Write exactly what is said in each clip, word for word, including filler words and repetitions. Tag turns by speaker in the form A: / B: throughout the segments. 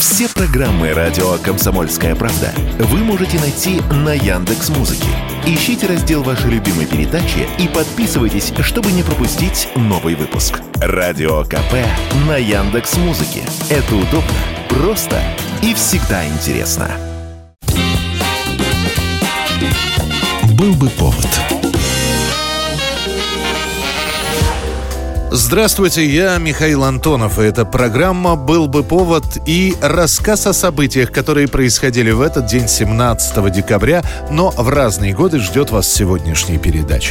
A: Все программы радио «Комсомольская правда» вы можете найти на Яндекс.Музыке. Ищите раздел вашей любимой передачи и подписывайтесь, чтобы не пропустить новый выпуск. Радио КП на Яндекс.Музыке. Это удобно, просто и всегда интересно.
B: Был бы повод.
C: Здравствуйте, я Михаил Антонов, и эта программа «Был бы повод» и рассказ о событиях, которые происходили в этот день, семнадцатого декабря, но в разные годы ждет вас сегодняшней передачи.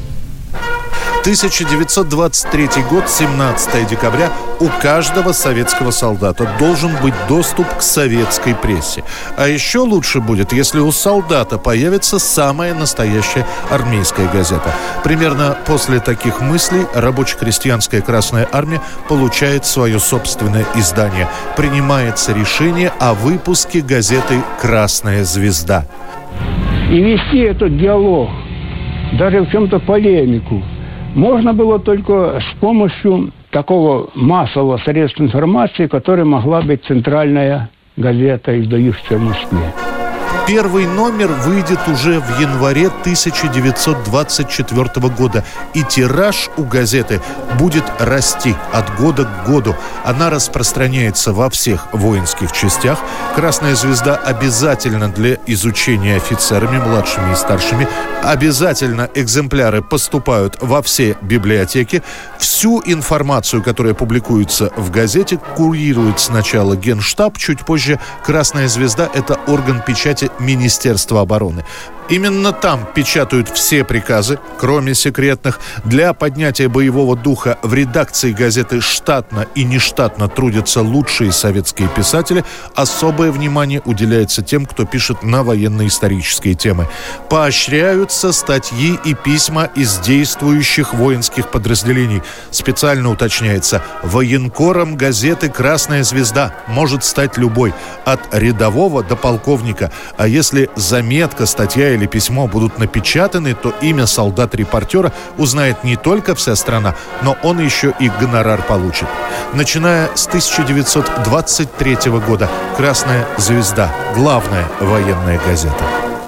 C: тысяча девятьсот двадцать третий год, семнадцатого декабря. У каждого советского солдата должен быть доступ к советской прессе. А еще лучше будет, если у солдата появится самая настоящая армейская газета. Примерно после таких мыслей рабоче-крестьянская Красная Армия получает свое собственное издание. Принимается решение о выпуске газеты «Красная звезда».
D: И вести этот диалог, даже в чем-то полемику, можно было только с помощью такого массового средства информации, которой могла быть центральная газета, издающаяся в Москве.
C: Первый номер выйдет уже в январе тысяча девятьсот двадцать четвёртого года, и тираж у газеты будет расти от года к году. Она распространяется во всех воинских частях. «Красная звезда» обязательно для изучения офицерами, младшими и старшими. Обязательно экземпляры поступают во все библиотеки. Всю информацию, которая публикуется в газете, курирует сначала Генштаб, чуть позже «Красная звезда» — это орган печати Министерства обороны. Именно там печатают все приказы, кроме секретных. Для поднятия боевого духа в редакции газеты штатно и нештатно трудятся лучшие советские писатели. Особое внимание уделяется тем, кто пишет на военно-исторические темы. Поощряются статьи и письма из действующих воинских подразделений. Специально уточняется: военкором газеты «Красная звезда» может стать любой, от рядового до полковника. А если заметка, статья или письмо будут напечатаны, то имя солдата-репортера узнает не только вся страна, но он еще и гонорар получит. Начиная с тысяча девятьсот двадцать третьего года «Красная звезда» — главная военная газета.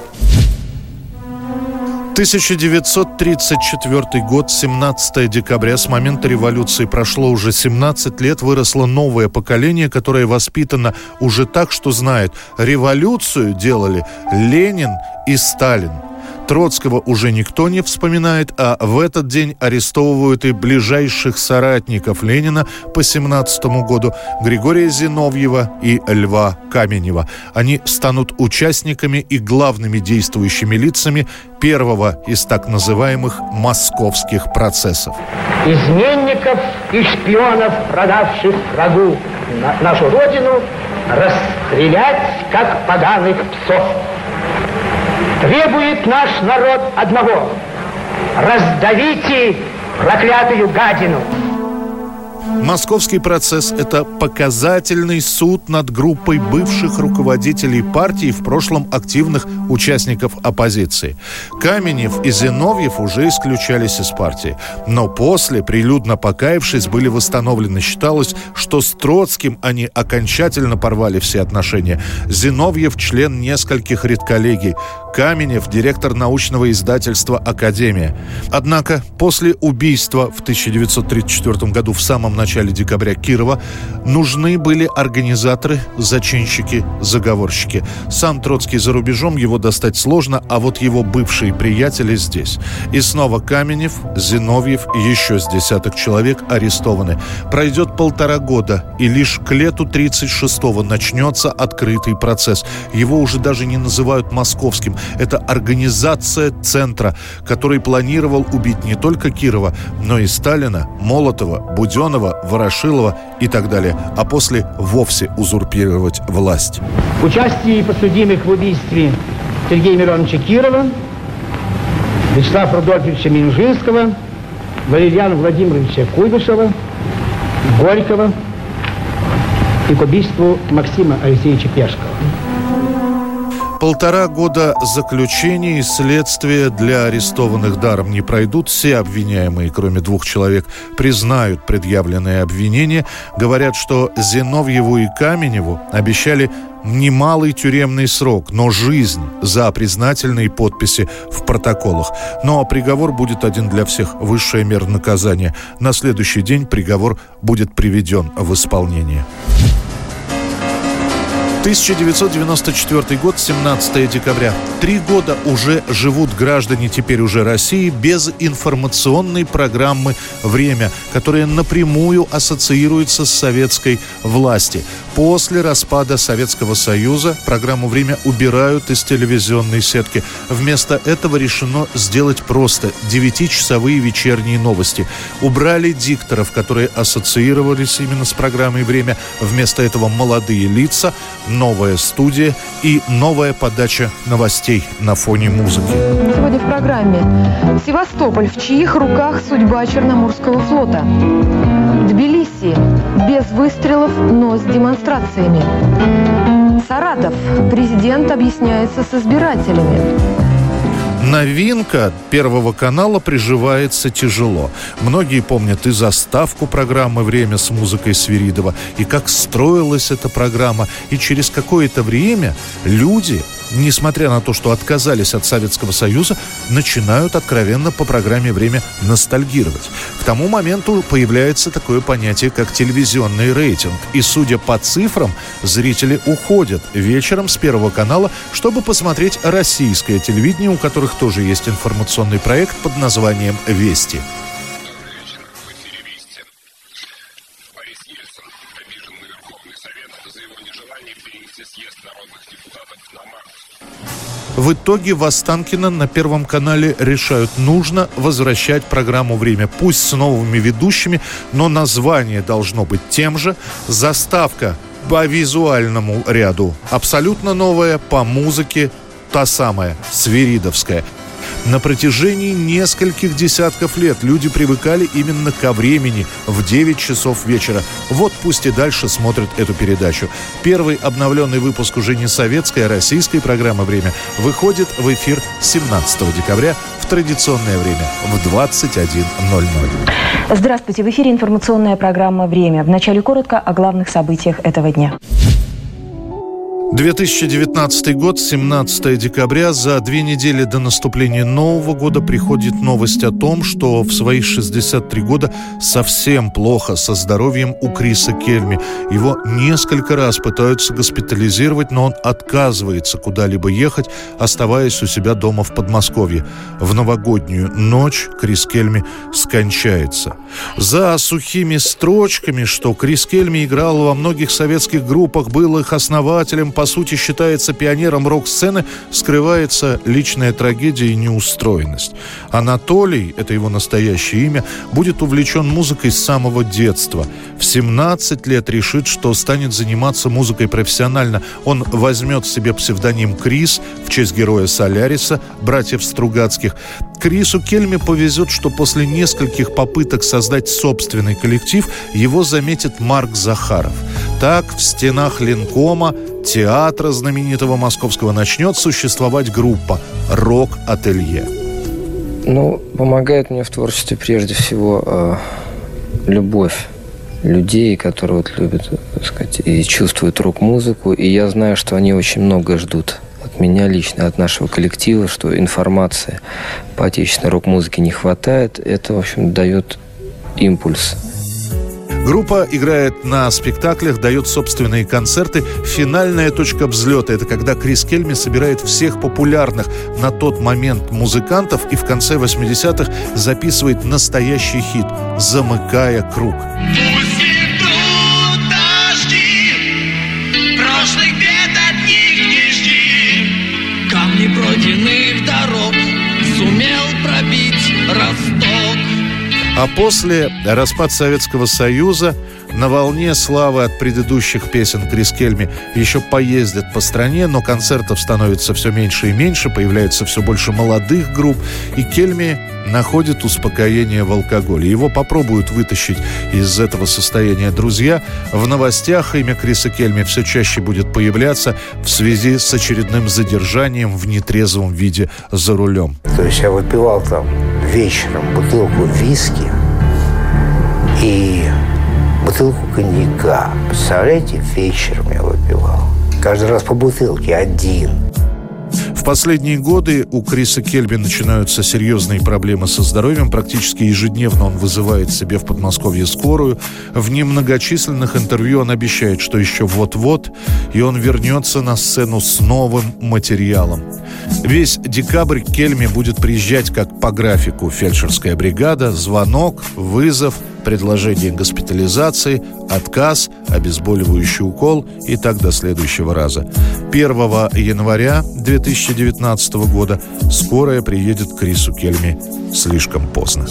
C: тысяча девятьсот тридцать четвёртый год, семнадцатого декабря. С момента революции прошло уже семнадцать лет. Выросло новое поколение, которое воспитано уже так, что знает: революцию делали Ленин и Сталин. Троцкого уже никто не вспоминает, а в этот день арестовывают и ближайших соратников Ленина по семнадцатому году — Григория Зиновьева и Льва Каменева. Они станут участниками и главными действующими лицами первого из так называемых московских процессов.
E: Изменников и шпионов, продавших врагу на нашу родину, расстрелять, как поганых псов. Требует наш народ одного: раздавите проклятую гадину.
C: Московский процесс – это показательный суд над группой бывших руководителей партии, в прошлом активных участников оппозиции. Каменев и Зиновьев уже исключались из партии, но после, прилюдно покаявшись, были восстановлены. Считалось, что с Троцким они окончательно порвали все отношения. Зиновьев – член нескольких редколлегий, Каменев – директор научного издательства «Академия». Однако после убийства в тысяча девятьсот тридцать четвёртом году в самом начале декабря Кирова нужны были организаторы, зачинщики, заговорщики. Сам Троцкий за рубежом, его достать сложно, а вот его бывшие приятели здесь. И снова Каменев, Зиновьев и еще с десяток человек арестованы. Пройдет полтора года, и лишь к лету тридцать шестого начнется открытый процесс. Его уже даже не называют московским. Это организация центра, который планировал убить не только Кирова, но и Сталина, Молотова, Буденова, Ворошилова и так далее, а после вовсе узурпировать власть.
E: Участие подсудимых в убийстве Сергея Мироновича Кирова, Вячеслава Рудольфовича Минжинского, Валерьяна Владимировича Куйбышева, Горького и к убийству Максима Алексеевича Пешкова.
C: Полтора года заключения и следствия для арестованных даром не пройдут. Все обвиняемые, кроме двух человек, признают предъявленные обвинения. Говорят, что Зиновьеву и Каменеву обещали немалый тюремный срок, но жизнь за признательные подписи в протоколах. Но приговор будет один для всех – высшая мера наказания. На следующий день приговор будет приведен в исполнение. тысяча девятьсот девяносто четвёртый год, семнадцатое декабря. Три года уже живут граждане теперь уже России без информационной программы «Время», которая напрямую ассоциируется с советской властью. После распада Советского Союза программу «Время» убирают из телевизионной сетки. Вместо этого решено сделать просто девятичасовые вечерние новости. Убрали дикторов, которые ассоциировались именно с программой «Время». Вместо этого молодые лица, новая студия и новая подача новостей на фоне музыки.
F: Сегодня в программе Севастополь. В чьих руках судьба Черноморского флота? Тбилиси. Без выстрелов, но с демонстрациями. Саратов. Президент объясняется с избирателями.
C: Новинка Первого канала приживается тяжело. Многие помнят и заставку программы «Время» с музыкой Свиридова, и как строилась эта программа. И через какое-то время люди, несмотря на то, что отказались от Советского Союза, начинают откровенно по программе «Время» ностальгировать. К тому моменту появляется такое понятие, как телевизионный рейтинг. И, судя по цифрам, зрители уходят вечером с Первого канала, чтобы посмотреть российское телевидение, у которых тоже есть информационный проект под названием «Вести». В итоге в Останкино на Первом канале решают, нужно возвращать программу «Время». Пусть с новыми ведущими, но название должно быть тем же. Заставка по визуальному ряду абсолютно новая, по музыке та самая, свиридовская. На протяжении нескольких десятков лет люди привыкали именно ко времени в девять часов вечера. Вот пусть и дальше смотрят эту передачу. Первый обновленный выпуск уже не советской, а российской программы «Время» выходит в эфир семнадцатого декабря в традиционное время в двадцать один ноль ноль.
G: Здравствуйте, в эфире информационная программа «Время». Вначале коротко о главных событиях этого дня.
C: две тысячи девятнадцатый год, семнадцатое декабря. За две недели до наступления Нового года приходит новость о том, что в свои шестьдесят три года совсем плохо со здоровьем у Криса Кельми. Его несколько раз пытаются госпитализировать, но он отказывается куда-либо ехать, оставаясь у себя дома в Подмосковье. В новогоднюю ночь Крис Кельми скончается. За сухими строчками, что Крис Кельми играл во многих советских группах, был их основателем, по сути, считается пионером рок-сцены, скрывается личная трагедия и неустроенность. Анатолий, это его настоящее имя, будет увлечен музыкой с самого детства. В семнадцать лет решит, что станет заниматься музыкой профессионально. Он возьмет себе псевдоним Крис в честь героя Соляриса, братьев Стругацких. Крису Кельми повезет, что после нескольких попыток создать собственный коллектив его заметит Марк Захаров. Так в стенах Ленкома, театра знаменитого московского, начнет существовать группа «Рок-ателье».
H: Ну, помогает мне в творчестве прежде всего э, любовь людей, которые вот любят, так сказать, и чувствуют рок-музыку. И я знаю, что они очень много ждут от меня лично, от нашего коллектива, что информации по отечественной рок-музыке не хватает. Это, в общем, дает импульс.
C: Группа играет на спектаклях, дает собственные концерты. Финальная точка взлета – это когда Крис Кельми собирает всех популярных на тот момент музыкантов и в конце восьмидесятых записывает настоящий хит «Замыкая круг».
I: Пусть идут дожди, прошлых бед от них не жди. Камни пройденных дорог сумел пробить Росток.
C: А после распад Советского Союза На волне славы от предыдущих песен Крис Кельми еще поездит по стране, но концертов становится все меньше и меньше, появляется все больше молодых групп, и Кельми находит успокоение в алкоголе. Его попробуют вытащить из этого состояния друзья. В новостях имя Криса Кельми все чаще будет появляться в связи с очередным задержанием в нетрезвом виде за рулем.
J: То есть я выпивал там вечером бутылку виски и бутылку коньяка. Представляете, вечером я выпивал. Каждый раз по бутылке, один.
C: В последние годы у Криса Кельми начинаются серьезные проблемы со здоровьем. Практически ежедневно он вызывает себе в Подмосковье скорую. В немногочисленных интервью он обещает, что еще вот-вот, и он вернется на сцену с новым материалом. Весь декабрь Кельми будет приезжать как по графику: фельдшерская бригада, звонок, вызов, предложение госпитализации, отказ, обезболивающий укол и так до следующего раза. первого января две тысячи девятнадцатого года скорая приедет к Крису Кельми слишком поздно.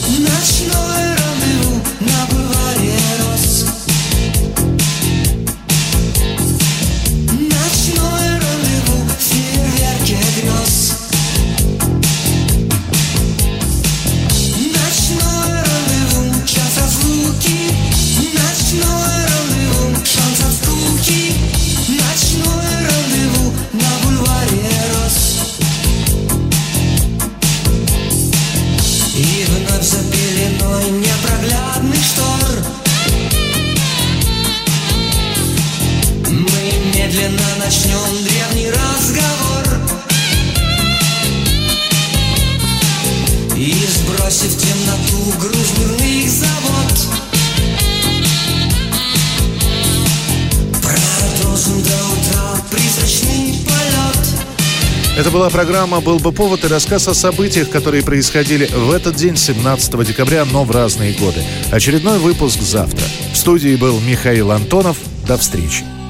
I: Начнем древний разговор и, сбросив темноту, груз мирных завод, продолжим до утра призрачный полет.
C: Это была программа «Был бы повод» и рассказ о событиях, которые происходили в этот день, семнадцатого декабря, но в разные годы. Очередной выпуск завтра. В студии был Михаил Антонов. До встречи.